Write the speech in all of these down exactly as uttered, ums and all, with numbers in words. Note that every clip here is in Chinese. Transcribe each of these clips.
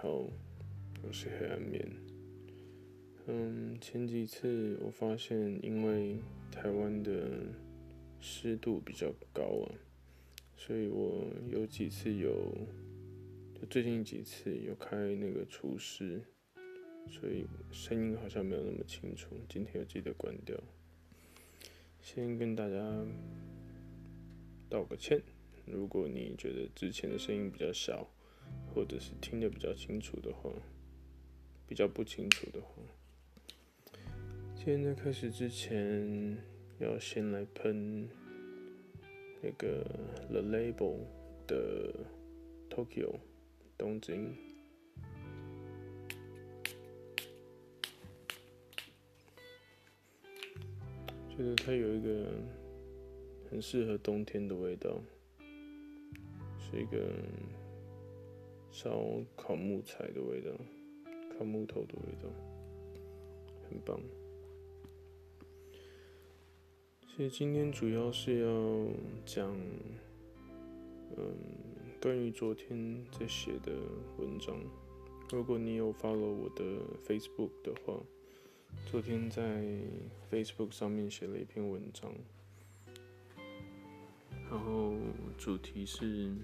好，我是黑暗面。嗯，前几次我发现，因为台湾的湿度比较高啊，所以我有几次有，就最近几次有开那个除湿，所以声音好像没有那么清楚。今天有记得关掉。先跟大家道个歉，如果你觉得之前的声音比较小，或者是听得比较清楚的话，比较不清楚的话，今天在开始之前，要先来喷那个 The Label 的 Tokyo 东京。觉得它有一个很适合冬天的味道，是一个烧烤木材的味道，烤木头的味道，很棒。其实今天主要是要讲，嗯，关于昨天在写的文章。如果你有 follow 我的 Facebook 的话，昨天在 Facebook 上面写了一篇文章，然后主题是，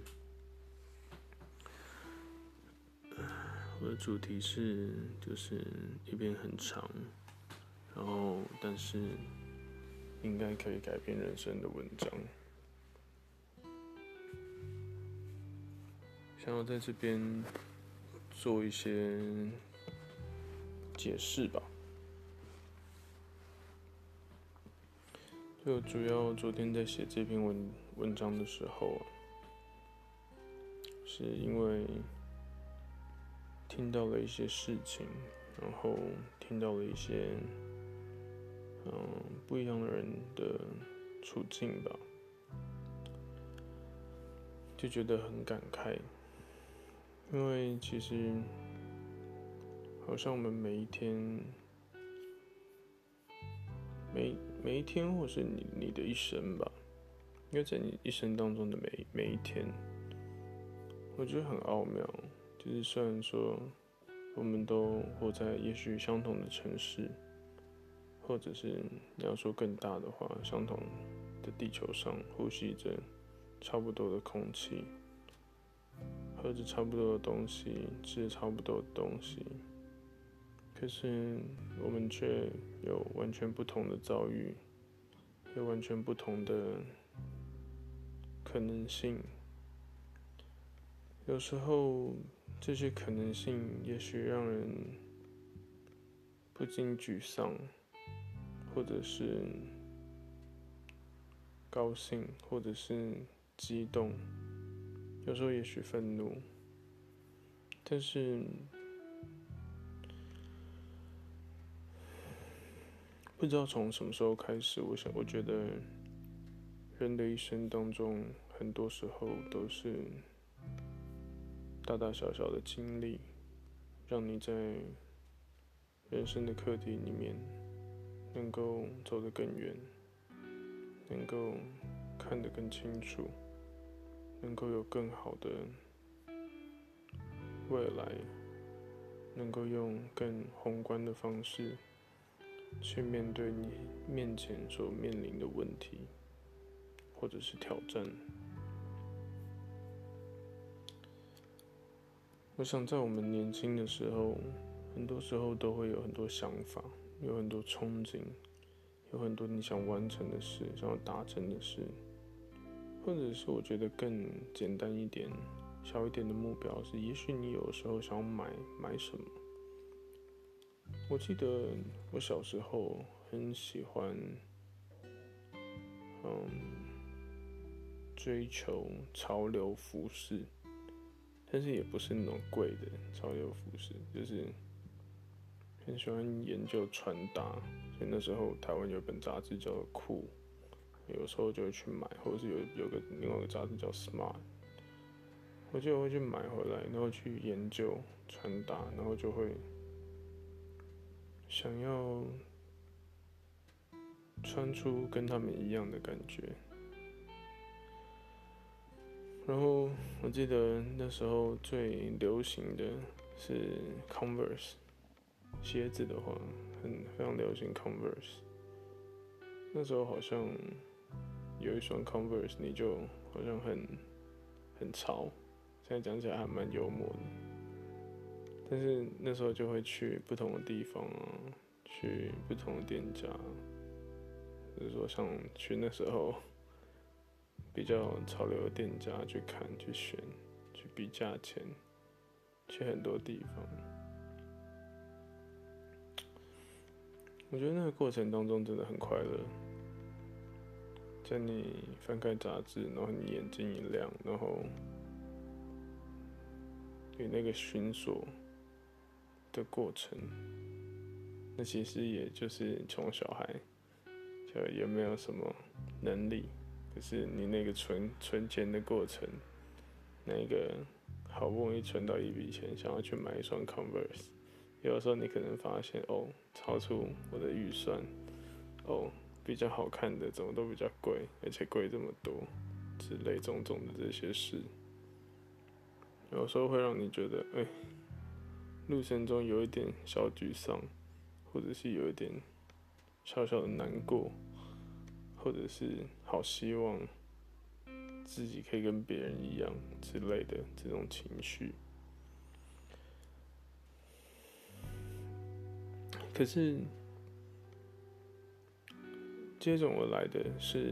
我的主题是就是一篇很长，然后但是应该可以改变人生的文章，想要在这边做一些解释吧。就主要昨天在写这篇 文, 文章的时候、啊，是因为听到了一些事情，然后听到了一些嗯不一样的人的处境吧，就觉得很感慨，因为其实好像我们每一天。每每一天，或是你你的一生吧，因为在你一生当中的每每一天，我觉得很奥妙。就是虽然说我们都活在也许相同的城市，或者是你要说更大的话，相同的地球上呼吸着差不多的空气，喝着差不多的东西，吃着差不多的东西。可是我们却有完全不同的遭遇，有完全不同的可能性。有时候这些可能性也许让人不禁沮丧，或者是高兴，或者是激动，有时候也许愤怒。但是不知道从什么时候开始，我想，我觉得人的一生当中，很多时候都是大大小小的经历，让你在人生的课题里面能够走得更远，能够看得更清楚，能够有更好的未来，能够用更宏观的方式去面对你面前所面临的问题，或者是挑战。我想在我们年轻的时候，很多时候都会有很多想法，有很多憧憬，有很多你想完成的事，想要达成的事，或者是我觉得更简单一点、小一点的目标是，也许你有的时候想要买买什么。我记得我小时候很喜欢，嗯，追求潮流服饰，但是也不是那种贵的潮流服饰，就是很喜欢研究穿搭。所以那时候台湾有一本杂志叫做《酷》，有时候就会去买，或者是有有个另外一个杂志叫《Smart》，我就会去买回来，然后去研究穿搭，然后就会想要穿出跟他们一样的感觉。然后我记得那时候最流行的是 Converse， 鞋子的话很非常流行 Converse。那时候好像有一双 Converse， 你就好像很很潮，现在讲起来还蛮幽默的。但是那时候就会去不同的地方啊，去不同的店家，就是说像去那时候比较潮流的店家去看、去选、去比价钱，去很多地方。我觉得那个过程当中真的很快乐，在你翻开杂志，然后你眼睛一亮，然后有那个寻索的过程，那其实也就是穷小孩，就也没有什么能力，可是你那个存存钱的过程，那个好不容易存到一笔钱，想要去买一双 Converse， 有的时候你可能发现哦，超出我的预算，哦，比较好看的怎么都比较贵，而且贵这么多，之类种种的这些事，有时候会让你觉得，哎、欸，路程中有一点小沮丧，或者是有一点小小的难过，或者是好希望自己可以跟别人一样之类的这种情绪。可是接踵而来的是，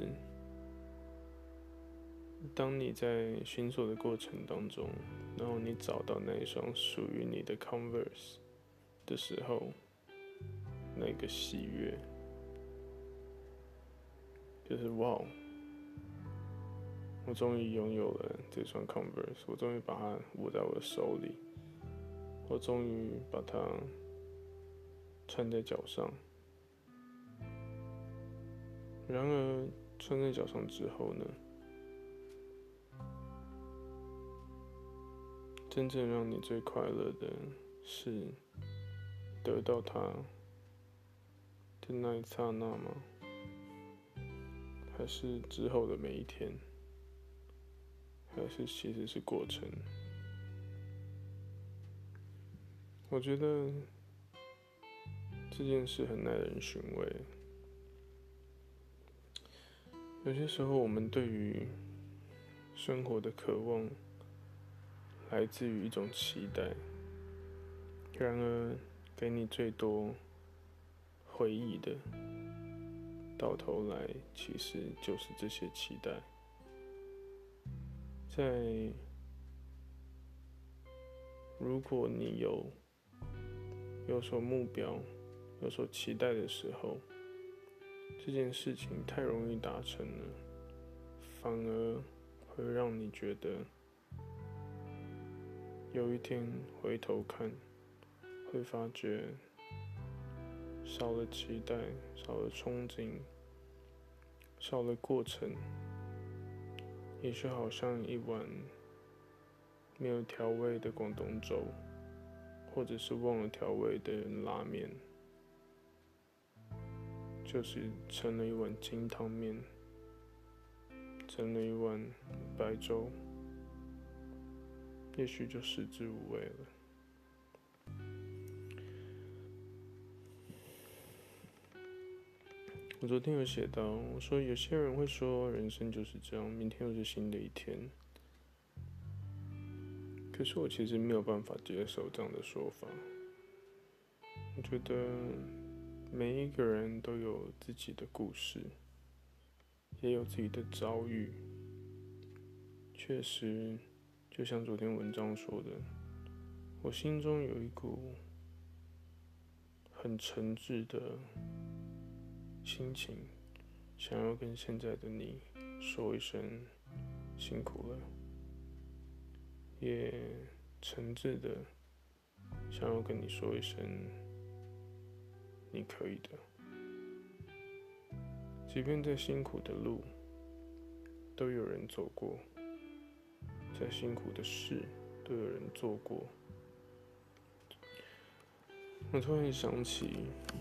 当你在寻索的过程当中，然后你找到那一双属于你的 Converse 的时候，那个喜悦，就是哇，我终于拥有了这双 Converse， 我终于把它握在我的手里，我终于把它穿在脚上。然而，穿在脚上之后呢，真正让你最快乐的是得到它的那一刹那吗？还是之后的每一天？还是其实是过程？我觉得这件事很耐人寻味。有些时候，我们对于生活的渴望来自于一种期待，然而给你最多回忆的，到头来其实就是这些期待。在如果你有有所目标、有所期待的时候，这件事情太容易达成了，反而会让你觉得有一天回头看，会发觉少了期待，少了憧憬，少了过程，也许好像一碗没有调味的广东粥，或者是忘了调味的拉面，就是成了一碗清汤面，成了一碗白粥，也许就食之无味了。我昨天有写到，我说有些人会说人生就是这样，明天又是新的一天。可是我其实没有办法接受这样的说法。我觉得每一个人都有自己的故事，也有自己的遭遇。确实，就像昨天文章说的，我心中有一股很诚挚的心情，想要跟现在的你说一声辛苦了，也诚挚的想要跟你说一声你可以的。即便再辛苦的路都有人走过，再辛苦的事都有人做过。我突然想起，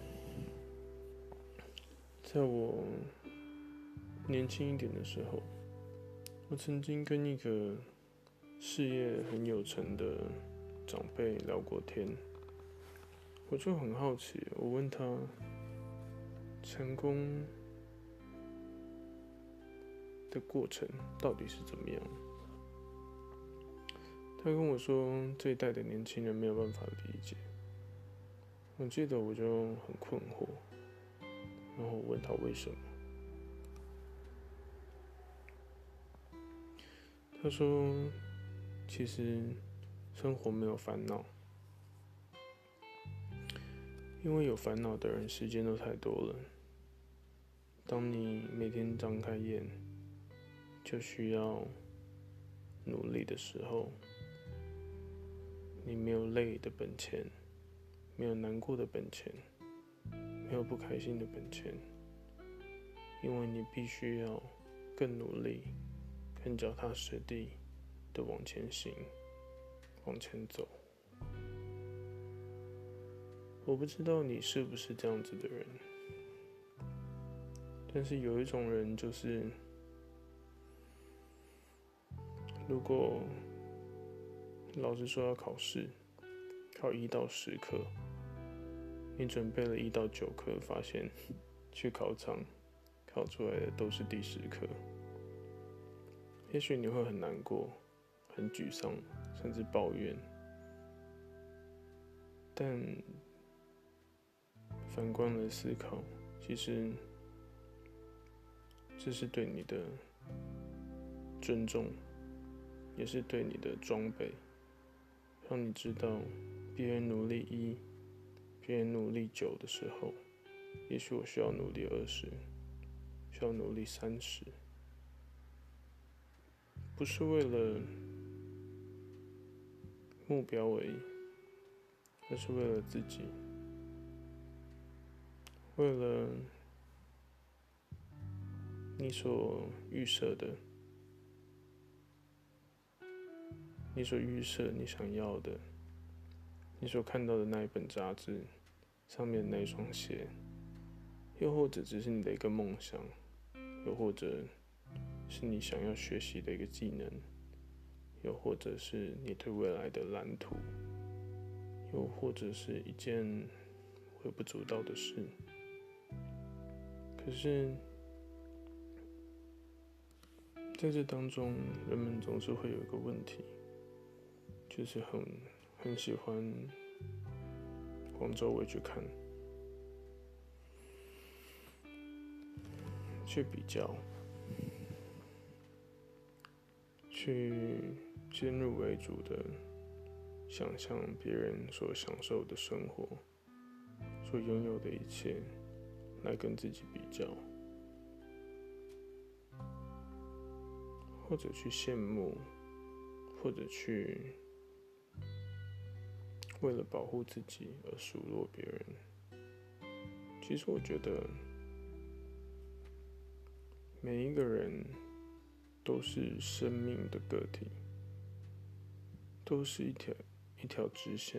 在我年轻一点的时候，我曾经跟一个事业很有成的长辈聊过天，我就很好奇，我问他成功的过程到底是怎么样？他跟我说，这一代的年轻人没有办法理解。我记得我就很困惑，然后我问他为什么。他说，其实生活没有烦恼，因为有烦恼的人时间都太多了。当你每天张开眼就需要努力的时候，你没有累的本钱，没有难过的本钱，没有不开心的本钱，因为你必须要更努力、更脚踏实地的往前行、往前走。我不知道你是不是这样子的人，但是有一种人就是，如果老师说要考试，考一到十科，你准备了一到九科，发现去考场考出来的都是第十科，也许你会很难过、很沮丧，甚至抱怨。但反观来思考，其实这是对你的尊重，也是对你的装备。让你知道，别人努力一，别人努力九的时候，也许我需要努力二十，需要努力三十，不是为了目标而已，而是为了自己，为了你所预设的，你所预设你想要的，你所看到的那一本杂志上面的那一双鞋，又或者只是你的一个梦想，又或者是你想要学习的一个技能，又或者是你对未来的蓝图，又或者是一件微不足道的事。可是在这当中，人们总是会有一个问题，就是很很喜欢往周围去看，去比较，去先入为主的想象别人所享受的生活，所拥有的一切，来跟自己比较，或者去羡慕，或者去为了保护自己而数落别人。其实我觉得每一个人都是生命的个体，都是一条一条直线。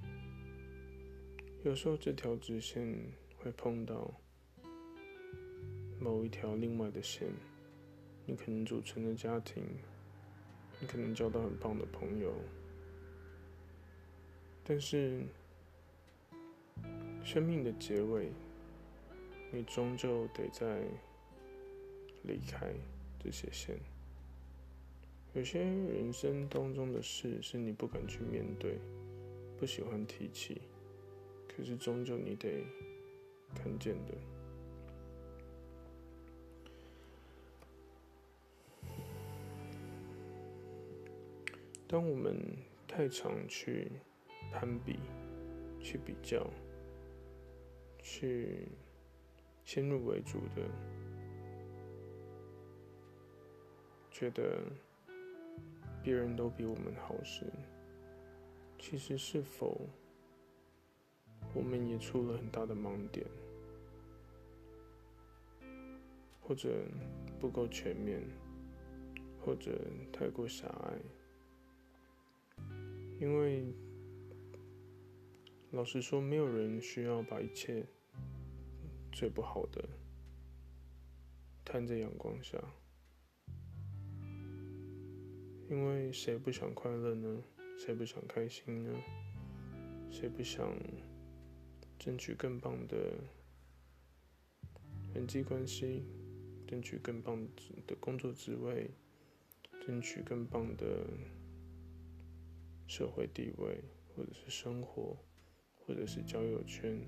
有时候这条直线会碰到某一条另外的线，你可能组成了家庭，你可能交到很棒的朋友，但是生命的结尾，你终究得在离开这些线。有些人生当中的事是你不敢去面对，不喜欢提起，可是终究你得看见的。当我们太常去攀比、去比较、去先入为主的觉得别人都比我们好时，其实是否我们也出了很大的盲点，或者不够全面，或者太过狭隘？因为老实说，没有人需要把一切最不好的摊在阳光下，因为谁不想快乐呢？ 谁不想开心呢？谁不想争取更棒的人际关系，争取更棒的工作职位，争取更棒的社会地位，或者是生活，或者是交友圈。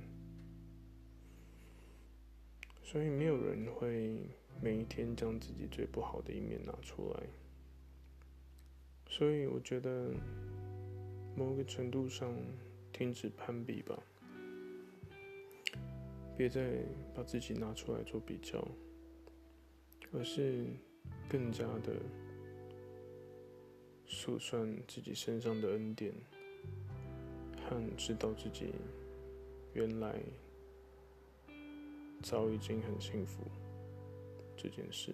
所以没有人会每一天将自己最不好的一面拿出来。所以我觉得某个程度上停止攀比吧，别再把自己拿出来做比较，而是更加的数算自己身上的恩典，和知道自己原来早已经很幸福这件事。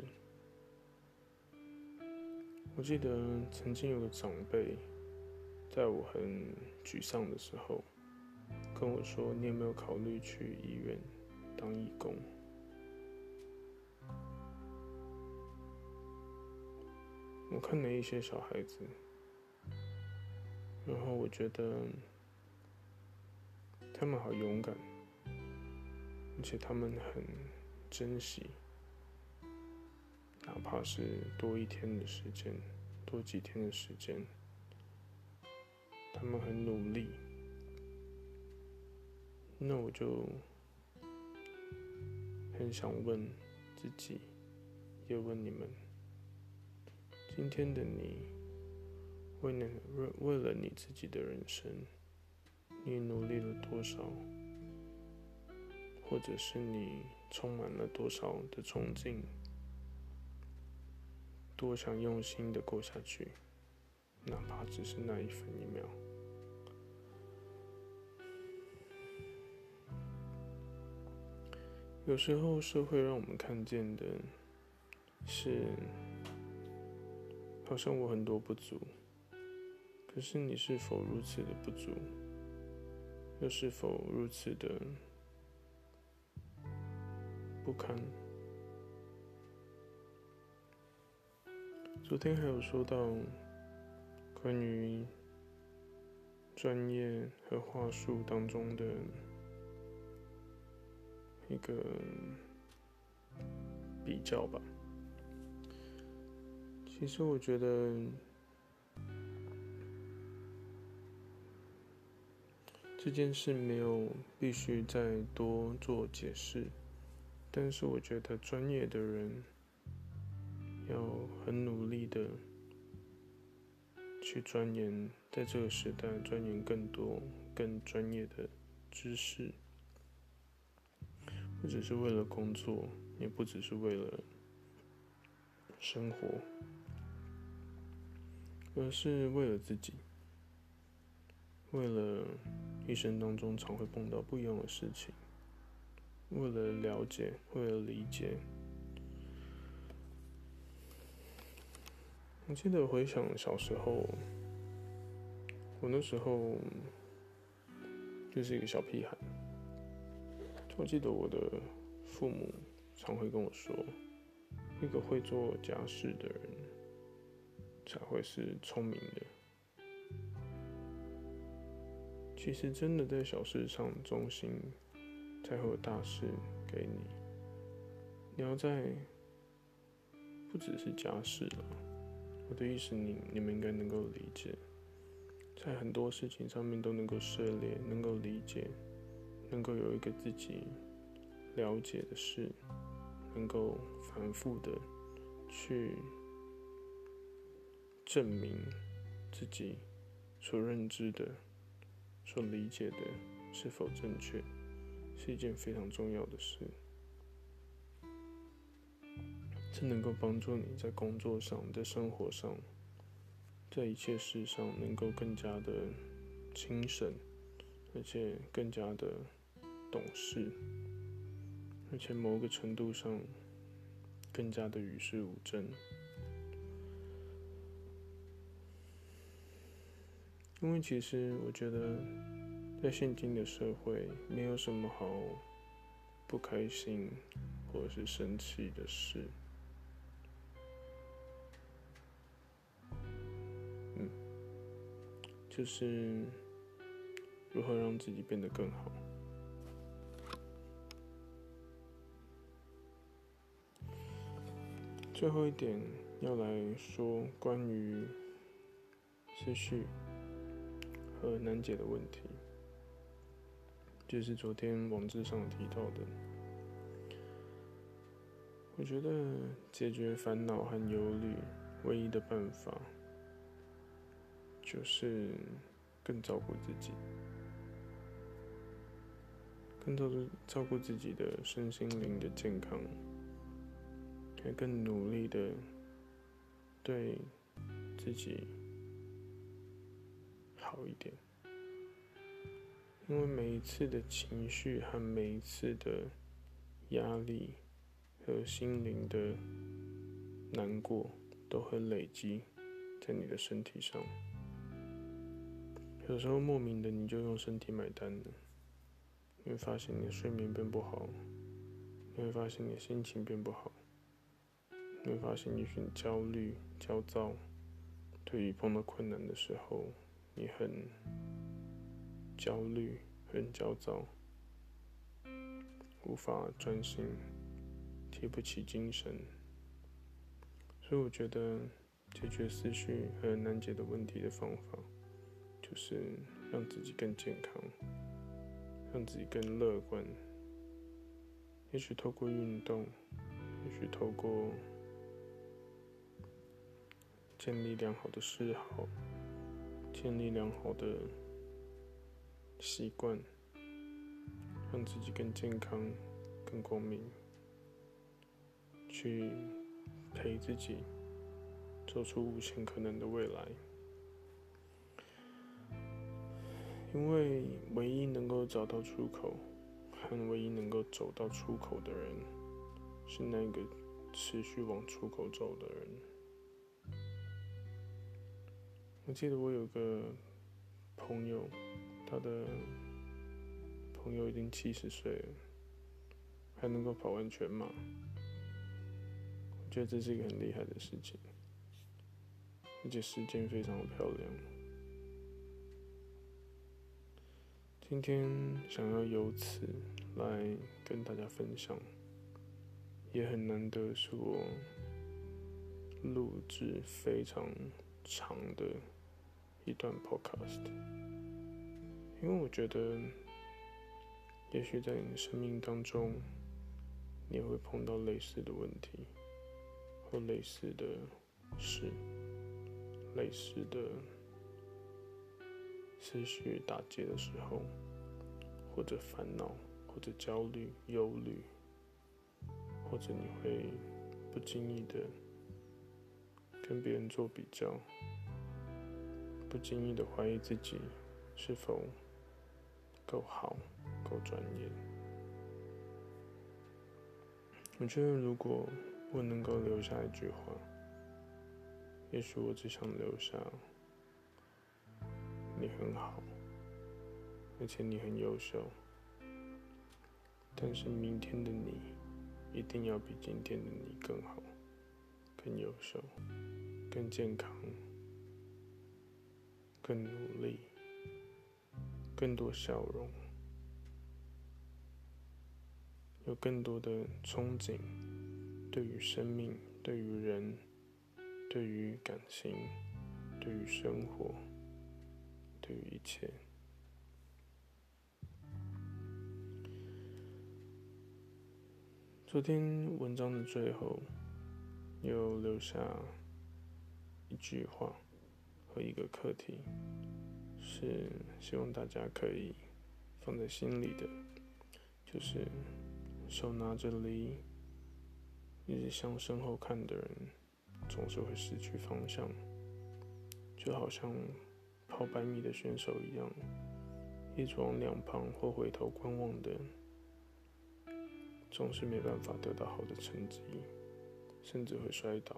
我记得曾经有个长辈，在我很沮丧的时候跟我说，你有没有考虑去医院当义工？我看了一些小孩子，然后我觉得他们好勇敢，而且他们很珍惜，哪怕是多一天的时间，多几天的时间，他们很努力。那我就很想问自己，也问你们，今天的你，为了为了你自己的人生，你努力了多少？或者是你充满了多少的憧憬，多想用心的过下去，哪怕只是那一分一秒。有时候社会让我们看见的是，好像我很多不足，可是你是否如此的不足，又是否如此的不堪？昨天还有说到关于专业和话术当中的一个比较吧。其实我觉得这件事没有必须再多做解释，但是我觉得专业的人要很努力的去钻研，在这个时代钻研更多更专业的知识，不只是为了工作，也不只是为了生活，而是为了自己，为了一生当中常会碰到不一样的事情，为了了解，为了理解。我记得回想小时候，我那时候就是一个小屁孩。我记得我的父母常会跟我说，一个会做家事的人才会是聪明的。其实真的在小事上忠心，才会有大事给你。你要在不只是家事了，我的意思你你们应该能够理解，在很多事情上面都能够涉猎，能够理解，能够有一个自己了解的事，能够反复的去证明自己所认知的、所理解的是否正确，是一件非常重要的事。这能够帮助你在工作上、在生活上、在一切事上能够更加的精神，而且更加的懂事，而且某个程度上更加的与世无争。因为其实我觉得在现今的社会没有什么好不开心或者是生气的事。 就是如何让自己变得更好。最后一点要来说关于思绪和难解的问题，就是昨天网志上提到的。我觉得解决烦恼和忧虑唯一的办法，就是更照顾自己，更照顾照顾自己的身心灵的健康，还更努力的对自己好一点。因为每一次的情绪和每一次的压力和心灵的难过都会累积在你的身体上，有时候莫名的你就用身体买单了。你会发现你的睡眠变不好，你会发现你的心情变不好，你会发现也许你焦虑、焦躁，对于碰到困难的时候，你很焦虑、很焦躁，无法专心，提不起精神。所以我觉得解决思绪和难解的问题的方法，就是让自己更健康，让自己更乐观。也许透过运动，也许透过建立良好的嗜好，建立良好的习惯，让自己更健康、更光明，去陪自己走出无限可能的未来。因为唯一能够找到出口和唯一能够走到出口的人，是那个持续往出口走的人。我记得我有个朋友，他的朋友已经七十岁了，还能够跑完全马，我觉得这是一个很厉害的事情，而且时间非常的漂亮。今天想要由此来跟大家分享，也很难得是我录制非常长的一段 podcast， 因为我觉得也许在你的生命当中，你也会碰到类似的问题，或类似的事，类似的思绪打结的时候，或者烦恼，或者焦虑、忧虑，或者你会不经意的跟别人做比较，不经意的怀疑自己是否够好、够专业。我觉得如果我能够留下一句话，也许我只想留下你很好，而且你很优秀，但是明天的你一定要比今天的你更好、更优秀、更健康、更努力、更多笑容，有更多的憧憬，对于生命，对于人，对于感情，对于生活，对于一切。昨天文章的最后又留下一句话和一个课题，是希望大家可以放在心里的，就是手拿着梨一直向身后看的人，总是会失去方向，就好像跑百米的选手一样，一直往两旁或回头观望的，总是没办法得到好的成绩，甚至会摔倒。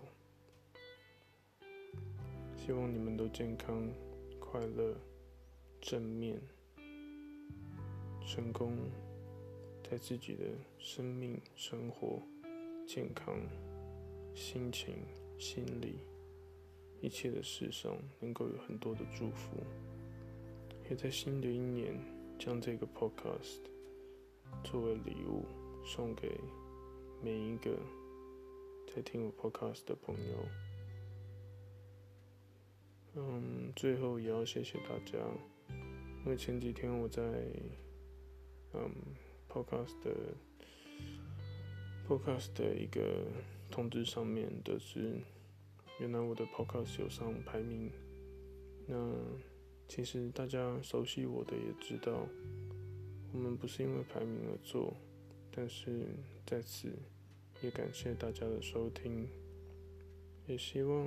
希望你们都健康、快乐、正面、成功，在自己的生命、生活、健康、心情、心理一切的事上，能够有很多的祝福， 也在新的一年将这个 podcast 作为礼物送给每一个在听我 podcast 的朋友。嗯，最后也要谢谢大家，因为前几天我在嗯 podcast 的 podcast 的一个通知上面得知，原来我的 podcast 有上排名。那其实大家熟悉我的也知道，我们不是因为排名而做，但是在此也感谢大家的收听，也希望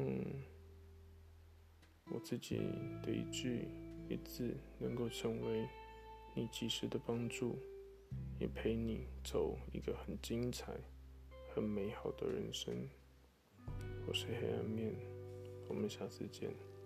我自己的一句一字能够成为你及时的帮助，也陪你走一个很精彩、很美好的人生。我是黑暗面，我们下次见。